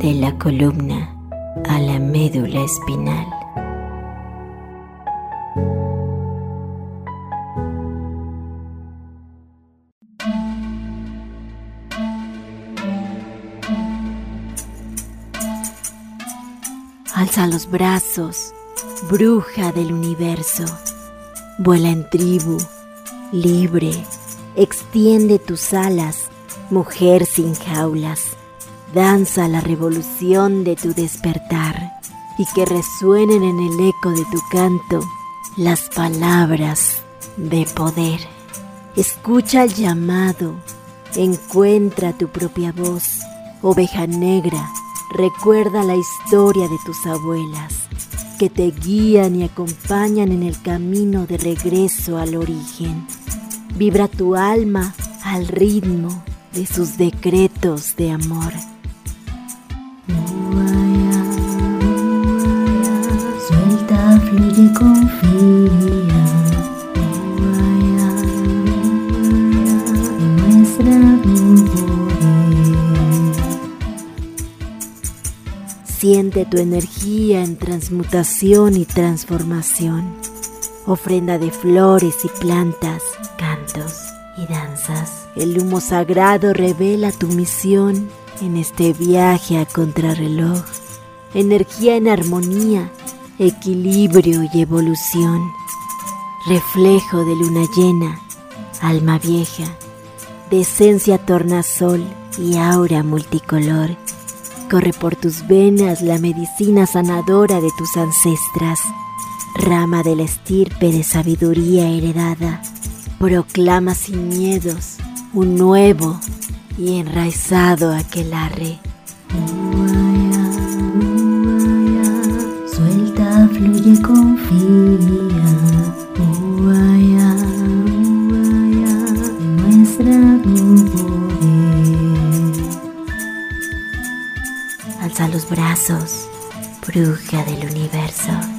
de la columna a la médula espinal. Alza los brazos, bruja del universo. Vuela en tribu, libre. Extiende tus alas, mujer sin jaulas. Danza la revolución de tu despertar y que resuenen en el eco de tu canto las palabras de poder. Escucha el llamado, encuentra tu propia voz. Oveja negra, recuerda la historia de tus abuelas que te guían y acompañan en el camino de regreso al origen. Vibra tu alma al ritmo de sus decretos de amor. Suelta, fluye, confía. Demuestra tu poder. Siente tu energía en transmutación y transformación. Ofrenda de flores y plantas, cantos y danzas. El humo sagrado revela tu misión en este viaje a contrarreloj. Energía en armonía, equilibrio y evolución. Reflejo de luna llena, alma vieja, de esencia tornasol y aura multicolor. Corre por tus venas la medicina sanadora de tus ancestras. Rama de la estirpe de sabiduría heredada, proclama sin miedos un nuevo y enraizado aquelarre. Suelta, fluye, confía. Demuestra tu poder. Alza los brazos, bruja del universo.